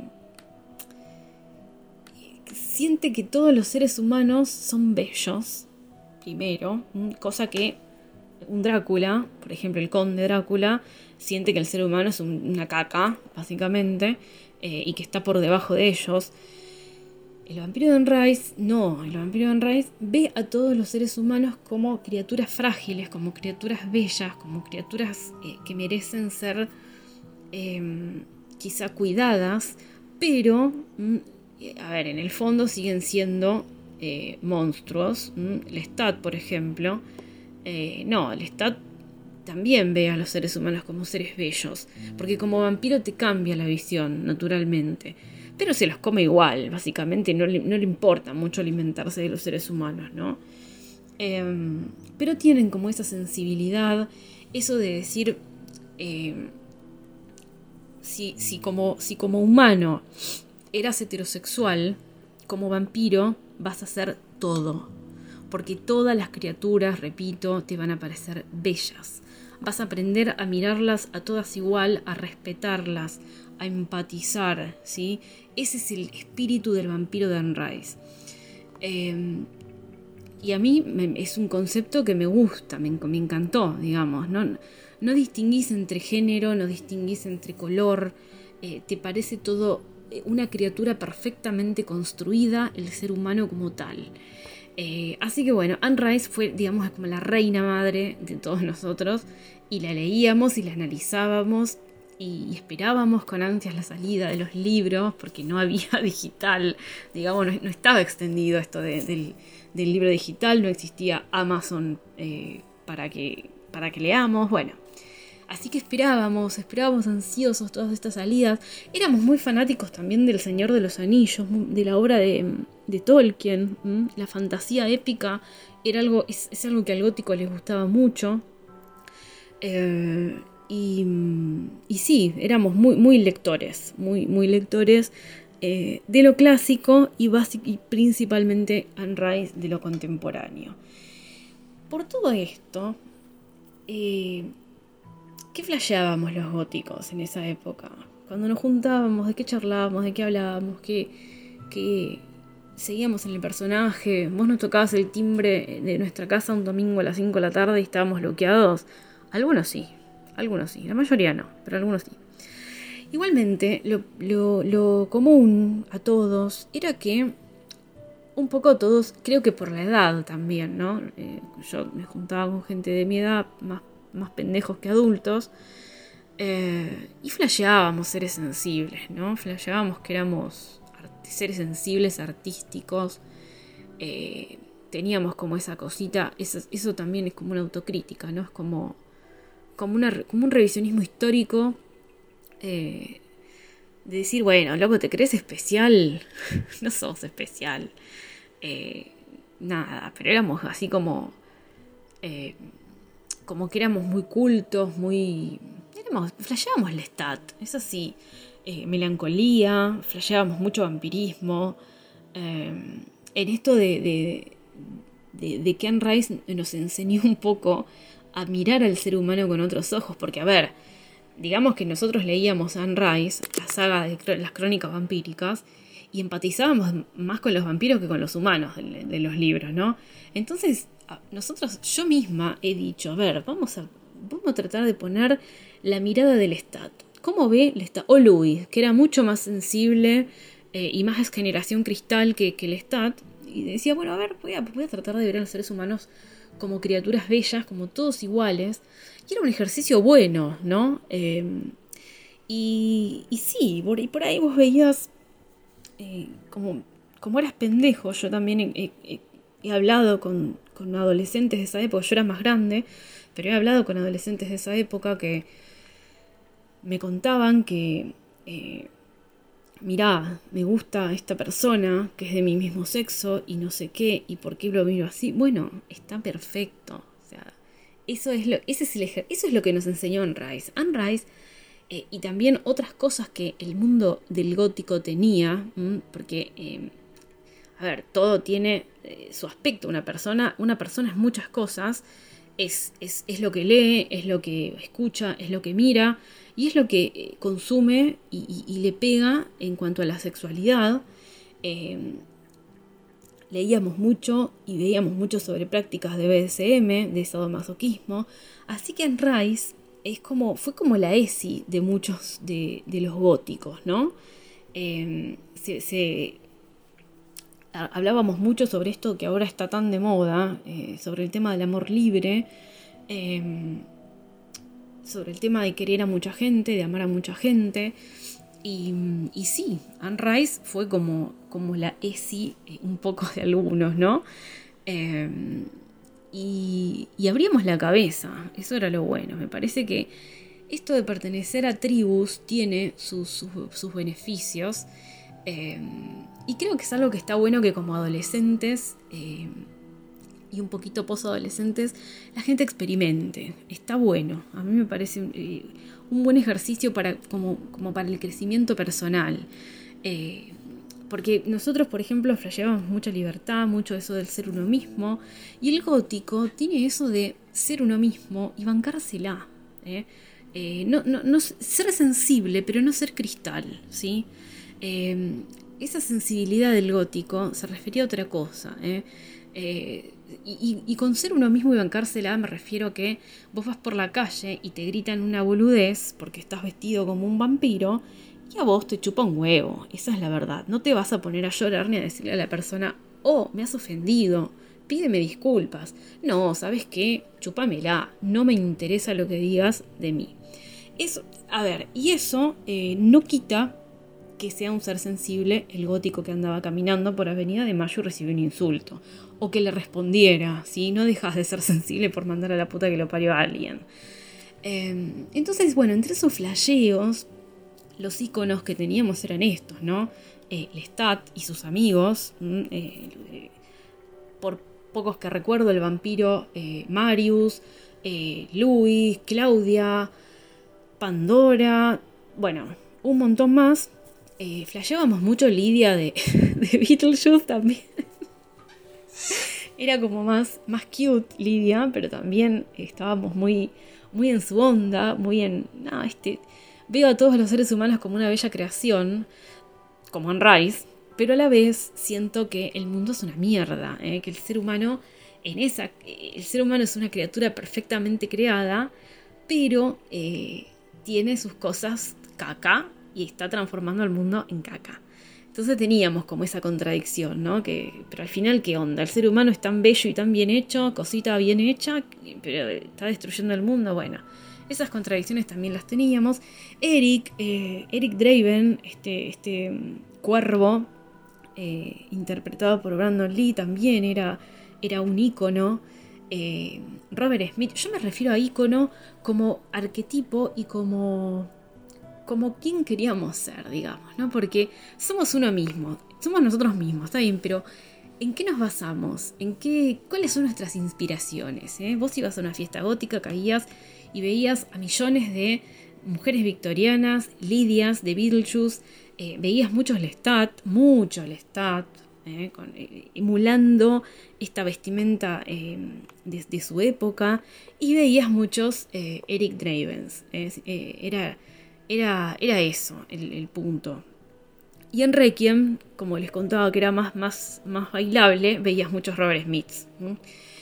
siente que todos los seres humanos son bellos, primero, cosa que un Drácula, por ejemplo el conde Drácula, siente que el ser humano es un, una caca, básicamente, eh, y que está por debajo de ellos. El vampiro de Anne Rice, no, el vampiro de Anne Rice ve a todos los seres humanos como criaturas frágiles, como criaturas bellas, como criaturas eh, que merecen ser... Eh, quizá cuidadas, pero a ver, en el fondo siguen siendo eh, monstruos. Lestat, por ejemplo, eh, no, Lestat también ve a los seres humanos como seres bellos, porque como vampiro te cambia la visión, naturalmente, pero se los come igual, básicamente no le, no le importa mucho alimentarse de los seres humanos, ¿no? Eh, pero tienen como esa sensibilidad, eso de decir... Eh, Si, si, como, si como humano eras heterosexual, como vampiro vas a ser todo. Porque todas las criaturas, repito, te van a parecer bellas. Vas a aprender a mirarlas a todas igual, a respetarlas, a empatizar, ¿sí? Ese es el espíritu del vampiro de Anne Rice. Eh, y a mí me, es un concepto que me gusta, me, me encantó, digamos, ¿no? No distinguís entre género, no distinguís entre color, eh, te parece todo una criatura perfectamente construida, el ser humano como tal. Eh, así que bueno, Anne Rice fue, digamos, como la reina madre de todos nosotros, y la leíamos y la analizábamos y, y esperábamos con ansias la salida de los libros, porque no había digital, digamos, no, no estaba extendido esto de, del, del libro digital, no existía Amazon eh, para que, para que leamos, bueno. Así que esperábamos, esperábamos ansiosos todas estas salidas. Éramos muy fanáticos también del Señor de los Anillos, de la obra de, de Tolkien. ¿m? La fantasía épica era algo, es, es algo que al gótico les gustaba mucho. Eh, y, y sí, éramos muy, muy lectores, muy, muy lectores eh, de lo clásico y, basic, y principalmente Anne Rice de lo contemporáneo. Por todo esto... Eh, ¿Qué flasheábamos los góticos en esa época? Cuando nos juntábamos, ¿de qué charlábamos? ¿De qué hablábamos? ¿Qué, qué, seguíamos en el personaje. Vos nos tocabas el timbre de nuestra casa un domingo a las cinco de la tarde y estábamos bloqueados. Algunos sí, algunos sí, la mayoría no, pero algunos sí. Igualmente, lo, lo, lo común a todos era que un poco todos, creo que por la edad también, ¿no? Eh, yo me juntaba con gente de mi edad, más, más pendejos que adultos, eh, y flasheábamos seres sensibles, ¿no? Flasheábamos que éramos art- seres sensibles, artísticos, eh, teníamos como esa cosita, eso, eso también es como una autocrítica, ¿no? Es como, como, una, como un revisionismo histórico, eh, de decir, bueno, loco, ¿te crees especial? No sos especial. Eh, nada, pero éramos así como... Eh, como que éramos muy cultos, muy... Éramos, flasheábamos Lestat, eso sí. Eh, melancolía, flasheábamos mucho vampirismo. Eh, en esto de, de, de, de que Anne Rice nos enseñó un poco a mirar al ser humano con otros ojos, porque a ver... Digamos que nosotros leíamos Anne Rice, la saga de las crónicas vampíricas, y empatizábamos más con los vampiros que con los humanos de, de los libros, ¿no? Entonces, nosotros, yo misma he dicho, a ver, vamos a, vamos a tratar de poner la mirada del Lestat. ¿Cómo ve Lestat? O Louis, que era mucho más sensible eh, y más generación cristal que, que Lestat. Y decía, bueno, a ver, voy a, voy a tratar de ver a los seres humanos como criaturas bellas, como todos iguales. Y era un ejercicio bueno, ¿no? Eh, y, y sí, por, y por ahí vos veías, eh, como, como eras pendejo, yo también he, he, he hablado con, con adolescentes de esa época, yo era más grande, pero he hablado con adolescentes de esa época que me contaban que, eh, mirá, me gusta esta persona que es de mi mismo sexo y no sé qué, y por qué lo miro así. Bueno, está perfecto, o sea... Eso es, lo, ese es el, eso es lo que nos enseñó Anne Rice. Anne Rice, eh, y también otras cosas que el mundo del gótico tenía, ¿m? Porque, eh, a ver, todo tiene eh, su aspecto. Una persona, una persona es muchas cosas. Es, es, es lo que lee, es lo que escucha, es lo que mira, y es lo que eh, consume y, y, y le pega en cuanto a la sexualidad. Eh, Leíamos mucho y veíamos mucho sobre prácticas de B D S M, de sadomasoquismo. Así que Anne Rice es como, fue como la ESI de muchos de, de los góticos, ¿no? Eh, se, se, hablábamos mucho sobre esto que ahora está tan de moda, eh, sobre el tema del amor libre, eh, sobre el tema de querer a mucha gente, de amar a mucha gente. Y, y sí, Anne Rice fue como, como la ESI eh, un poco de algunos, ¿no? Eh, y, y abríamos la cabeza, eso era lo bueno. Me parece que esto de pertenecer a tribus tiene sus, sus, sus beneficios. Eh, y creo que es algo que está bueno que como adolescentes... Eh, y un poquito posadolescentes, la gente experimente. Está bueno. A mí me parece un, eh, un buen ejercicio para, como, como para el crecimiento personal. Eh, porque nosotros, por ejemplo, flasheábamos mucha libertad, mucho eso del ser uno mismo. Y el gótico tiene eso de ser uno mismo y bancársela. ¿eh? Eh, no, no, no, ser sensible, pero no ser cristal, ¿sí? Eh, esa sensibilidad del gótico se refería a otra cosa, ¿eh? Eh, y, y con ser uno mismo y bancársela me refiero a que vos vas por la calle y te gritan una boludez porque estás vestido como un vampiro y a vos te chupa un huevo, esa es la verdad. No te vas a poner a llorar ni a decirle a la persona, oh, me has ofendido, pídeme disculpas. No, ¿sabes qué? Chúpamela, no me interesa lo que digas de mí. Eso, a ver, y eso eh, no quita que sea un ser sensible el gótico que andaba caminando por Avenida de Mayo y recibió un insulto. O que le respondiera, ¿sí? No dejas de ser sensible por mandar a la puta que lo parió a alguien. Eh, entonces, bueno, entre esos flasheos, los íconos que teníamos eran estos, ¿no? Eh, Lestat y sus amigos. Eh, eh, por pocos que recuerdo, el vampiro eh, Marius, eh, Louis, Claudia, Pandora, bueno, un montón más. Eh, flasheábamos mucho Lidia de, de Beetlejuice también. Era como más, más cute Lidia, pero también estábamos muy, muy en su onda, muy en... Nah, este, veo a todos los seres humanos como una bella creación, como Anne Rice, pero a la vez siento que el mundo es una mierda, ¿eh? Que el ser humano, en esa, el ser humano es una criatura perfectamente creada, pero eh, tiene sus cosas caca y está transformando al mundo en caca. Entonces teníamos como esa contradicción, ¿no? Que, pero al final, ¿qué onda? El ser humano es tan bello y tan bien hecho, cosita bien hecha, pero está destruyendo el mundo. Bueno, esas contradicciones también las teníamos. Eric, eh, Eric Draven, este, este cuervo, eh, interpretado por Brandon Lee, también era, era un ícono. Eh, Robert Smith, yo me refiero a ícono como arquetipo y como... como quien queríamos ser, digamos, ¿no? Porque somos uno mismo, somos nosotros mismos, está bien, pero ¿en qué nos basamos? ¿En qué, cuáles son nuestras inspiraciones? ¿Eh? Vos ibas a una fiesta gótica, caías y veías a millones de mujeres victorianas, Lidias, de Beetlejuice, eh, veías muchos Lestat, mucho Lestat, eh, con, eh, emulando esta vestimenta eh, de, de su época, y veías muchos eh, Eric Dravens, eh, eh, era... Era, era eso el, el punto. Y en Requiem, como les contaba que era más, más, más bailable, veías muchos Robert Smiths. ¿No?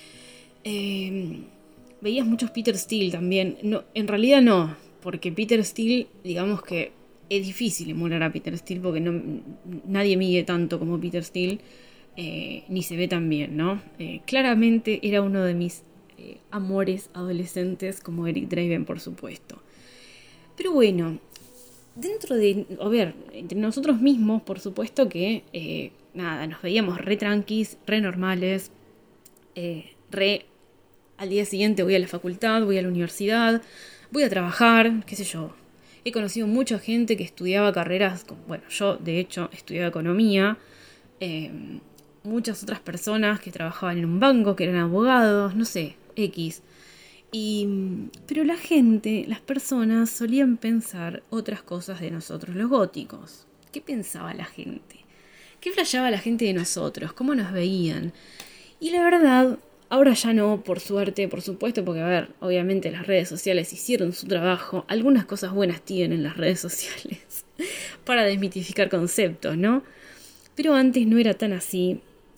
Eh, veías muchos Peter Steele también. No, en realidad no, porque Peter Steele, digamos que es difícil emular a Peter Steele porque no, nadie mide tanto como Peter Steele, eh, ni se ve tan bien, ¿no? Eh, claramente era uno de mis eh, amores adolescentes, como Eric Draven, por supuesto. Pero bueno, dentro de, a ver, entre nosotros mismos, por supuesto que, eh, nada, nos veíamos re tranquis, re normales, eh, re, al día siguiente voy a la facultad, voy a la universidad, voy a trabajar, qué sé yo. He conocido mucha gente que estudiaba carreras, bueno, yo de hecho estudiaba economía, eh, muchas otras personas que trabajaban en un banco, que eran abogados, no sé, X. Y, pero la gente, las personas solían pensar otras cosas de nosotros, los góticos. ¿Qué pensaba la gente? ¿Qué flasheaba la gente de nosotros? ¿Cómo nos veían? Y la verdad, ahora ya no, por suerte, por supuesto, porque a ver, obviamente las redes sociales hicieron su trabajo. Algunas cosas buenas tienen las redes sociales para desmitificar conceptos, ¿no? Pero antes no era tan así.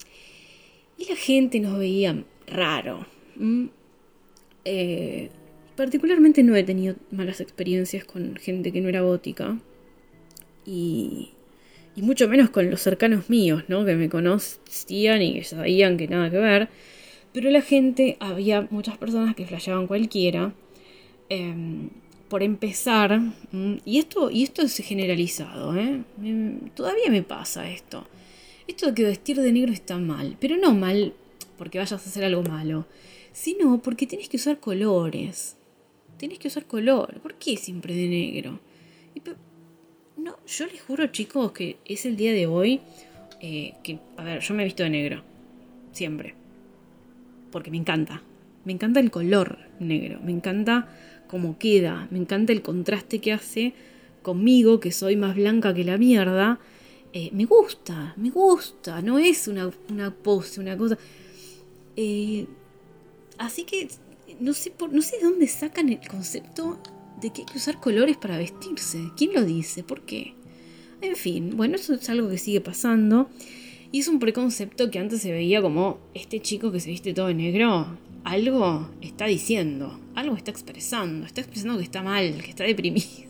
Y la gente nos veía raro. ¿Mm? Eh, particularmente no he tenido malas experiencias con gente que no era gótica y, y mucho menos con los cercanos míos, ¿no? Que me conocían y que sabían que nada que ver, pero la gente, había muchas personas que flasheaban cualquiera, eh, por empezar, y esto, y esto es generalizado, ¿eh? Todavía me pasa esto, esto de que vestir de negro está mal, pero no mal porque vayas a hacer algo malo, sino porque tenés que usar colores. Tenés que usar color. ¿Por qué siempre de negro? Y, no, yo les juro, chicos, que es el día de hoy eh, que, a ver, yo me he visto de negro. Siempre. Porque me encanta. Me encanta el color negro. Me encanta cómo queda. Me encanta el contraste que hace conmigo, que soy más blanca que la mierda. Eh, me gusta, me gusta. No es una, una pose, una cosa... Eh... Así que no sé, por, no sé de dónde sacan el concepto de que hay que usar colores para vestirse. ¿Quién lo dice? ¿Por qué? En fin, bueno, eso es algo que sigue pasando. Y es un preconcepto que antes se veía como este chico que se viste todo de negro. Algo está diciendo, algo está expresando. Está expresando que está mal, que está deprimido.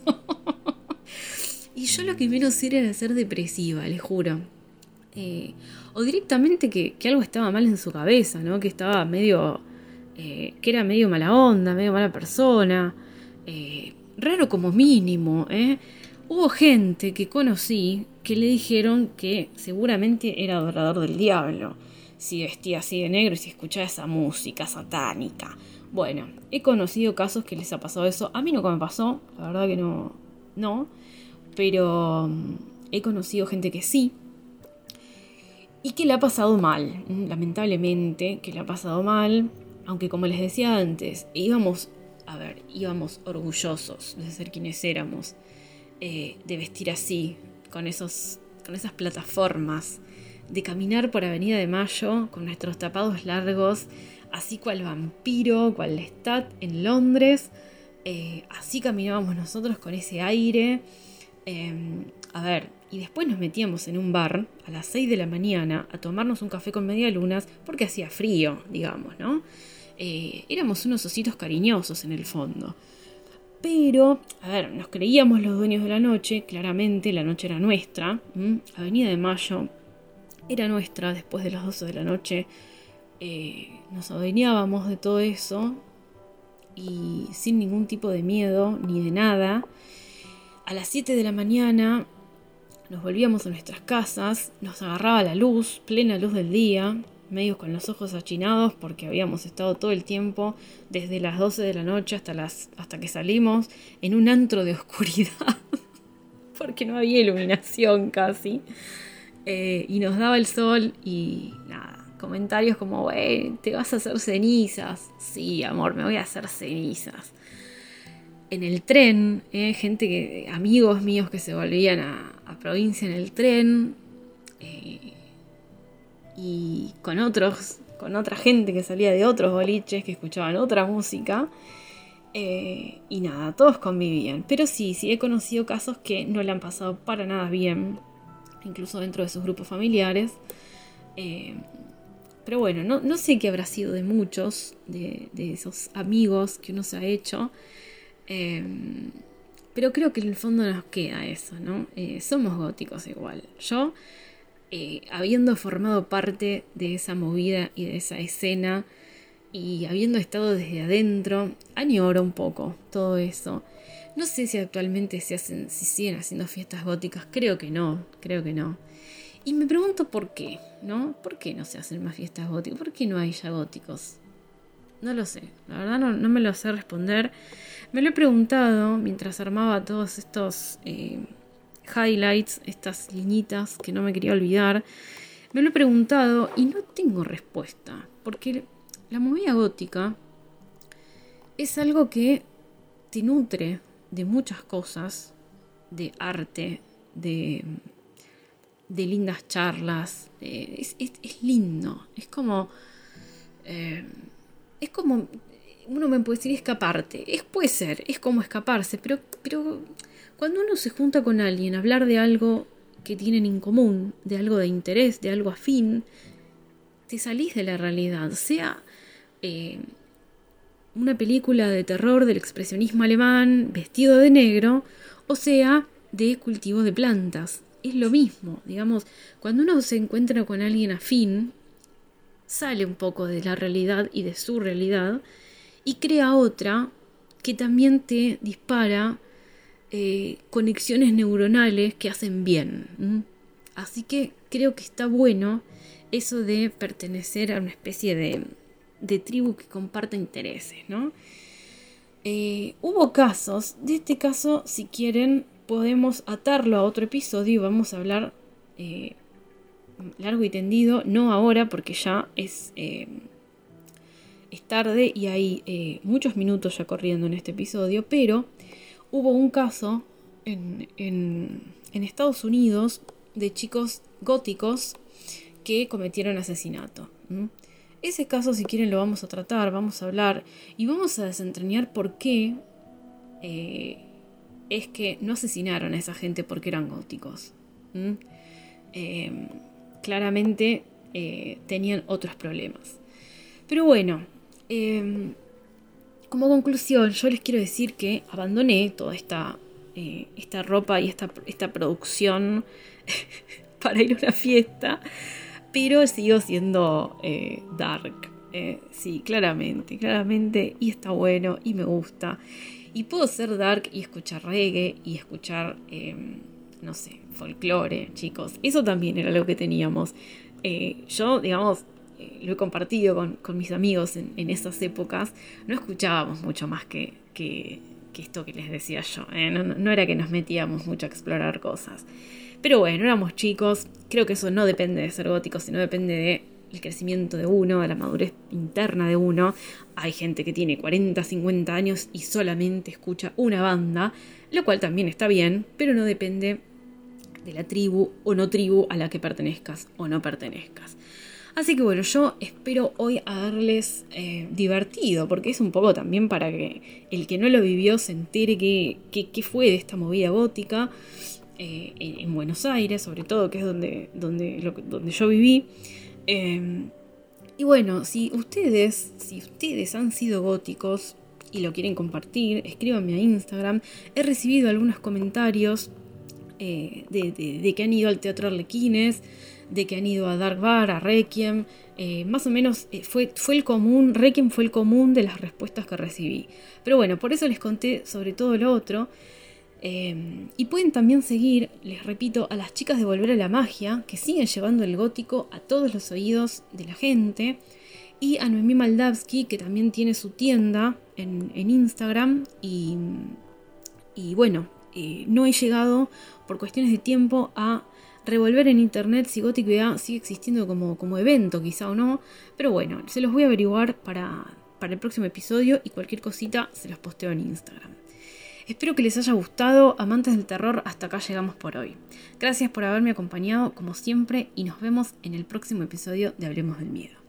Y yo lo que menos era era ser depresiva, les juro. Eh, o directamente que, que algo estaba mal en su cabeza, ¿no? Que estaba medio... Eh, que era medio mala onda, medio mala persona, eh, raro como mínimo, ¿eh? Hubo gente que conocí que le dijeron que seguramente era adorador del diablo, si vestía así de negro y si escuchaba esa música satánica. Bueno, he conocido casos que les ha pasado eso, a mí nunca me pasó, la verdad que no, no, pero um, he conocido gente que sí, y que le ha pasado mal, lamentablemente, que le ha pasado mal. Aunque como les decía antes, íbamos, a ver, íbamos orgullosos de ser quienes éramos, eh, de vestir así, con, esos, con esas plataformas, de caminar por Avenida de Mayo con nuestros tapados largos, así cual vampiro, cual Lestat en Londres, eh, así caminábamos nosotros con ese aire. Eh, A ver, y después nos metíamos en un bar a las seis de la mañana a tomarnos un café con medialunas porque hacía frío, digamos, ¿no? Eh, éramos unos ositos cariñosos en el fondo. Pero, a ver, nos creíamos los dueños de la noche, claramente la noche era nuestra. ¿m? Avenida de Mayo era nuestra después de las doce de la noche. Eh, nos adueñábamos de todo eso y sin ningún tipo de miedo ni de nada. A las siete de la mañana nos volvíamos a nuestras casas, nos agarraba la luz, plena luz del día, medio con los ojos achinados porque habíamos estado todo el tiempo, desde las doce de la noche hasta, las, hasta que salimos, en un antro de oscuridad, porque no había iluminación casi, eh, y nos daba el sol y nada, comentarios como, güey, te vas a hacer cenizas. Sí, amor, me voy a hacer cenizas. En el tren, eh, gente que, amigos míos que se volvían a, a provincia en el tren, eh, y con otros, con otra gente que salía de otros boliches que escuchaban otra música, eh, y nada, todos convivían. Pero sí, sí he conocido casos que no le han pasado para nada bien, incluso dentro de sus grupos familiares. Eh, pero bueno, no, no sé qué habrá sido de muchos de, de esos amigos que uno se ha hecho. Eh, pero creo que en el fondo nos queda eso, ¿no? Eh, somos góticos igual. Yo, eh, habiendo formado parte de esa movida y de esa escena y habiendo estado desde adentro, añoro un poco todo eso. No sé si actualmente se hacen, si siguen haciendo fiestas góticas, creo que no, creo que no. Y me pregunto por qué, ¿no? ¿Por qué no se hacen más fiestas góticas? ¿Por qué no hay ya góticos? No lo sé, la verdad no, no me lo sé responder. Me lo he preguntado mientras armaba todos estos eh, highlights, estas liñitas que no me quería olvidar. Me lo he preguntado y no tengo respuesta, porque la movida gótica es algo que te nutre de muchas cosas, de arte, de, de lindas charlas. Eh, es, es, es lindo, es como... Eh, es como... Uno me puede decir escaparte. Es, puede ser, es como escaparse, pero, pero cuando uno se junta con alguien a hablar de algo que tienen en común, de algo de interés, de algo afín, te salís de la realidad. Sea eh, una película de terror del expresionismo alemán vestido de negro, o sea de cultivo de plantas. Es lo mismo, digamos, cuando uno se encuentra con alguien afín, sale un poco de la realidad y de su realidad, y crea otra que también te dispara eh, conexiones neuronales que hacen bien. ¿m? Así que creo que está bueno eso de pertenecer a una especie de, de tribu que comparta intereses, ¿no? Eh, hubo casos, de este caso, si quieren, podemos atarlo a otro episodio y vamos a hablar eh, largo y tendido, no ahora porque ya es... Eh, Es tarde y hay eh, muchos minutos ya corriendo en este episodio, pero hubo un caso en, en, en Estados Unidos de chicos góticos que cometieron asesinato. ¿Mm? Ese caso, si quieren, lo vamos a tratar, vamos a hablar y vamos a desentrañar por qué eh, es que no asesinaron a esa gente porque eran góticos. ¿Mm? Eh, claramente eh, tenían otros problemas. Pero bueno, Eh, como conclusión, yo les quiero decir que abandoné toda esta, eh, esta ropa y esta, esta producción para ir a una fiesta, pero sigo siendo eh, dark. Eh, sí, claramente, claramente, y está bueno, y me gusta. Y puedo ser dark y escuchar reggae y escuchar, eh, no sé, folclore, chicos. Eso también era lo que teníamos. Eh, yo, digamos... lo he compartido con, con mis amigos en, en esas épocas, no escuchábamos mucho más que, que, que esto que les decía yo, ¿eh? no, no era que nos metíamos mucho a explorar cosas, pero bueno, éramos chicos. Creo que eso no depende de ser gótico, sino depende del crecimiento de uno, de la madurez interna de uno. Hay gente que tiene cuarenta, cincuenta años y solamente escucha una banda, lo cual también está bien, pero no depende de la tribu o no tribu a la que pertenezcas o no pertenezcas. Así que bueno, yo espero hoy haberles eh, divertido, porque es un poco también para que el que no lo vivió se entere qué que, que fue de esta movida gótica. eh, en Buenos Aires, sobre todo, que es donde, donde, lo, donde yo viví. Eh, y bueno, si ustedes, si ustedes han sido góticos y lo quieren compartir, escríbanme a Instagram. He recibido algunos comentarios eh, de, de, de que han ido al Teatro Arlequines, de que han ido a Dark Bar, a Requiem. Eh, más o menos eh, fue, fue el común, Requiem fue el común de las respuestas que recibí. Pero bueno, por eso les conté sobre todo lo otro. Eh, y pueden también seguir, les repito, a las chicas de Volver a la Magia, que siguen llevando el gótico a todos los oídos de la gente, y a Noemí Moldavsky, que también tiene su tienda en, en Instagram, y, y bueno, eh, no he llegado por cuestiones de tiempo a revolver en internet si Gothic B A sigue existiendo como, como evento, quizá o no, pero bueno, se los voy a averiguar para, para el próximo episodio, y cualquier cosita se los posteo en Instagram. Espero que les haya gustado, amantes del terror. Hasta acá llegamos por hoy. Gracias por haberme acompañado como siempre y nos vemos en el próximo episodio de Hablemos del Miedo.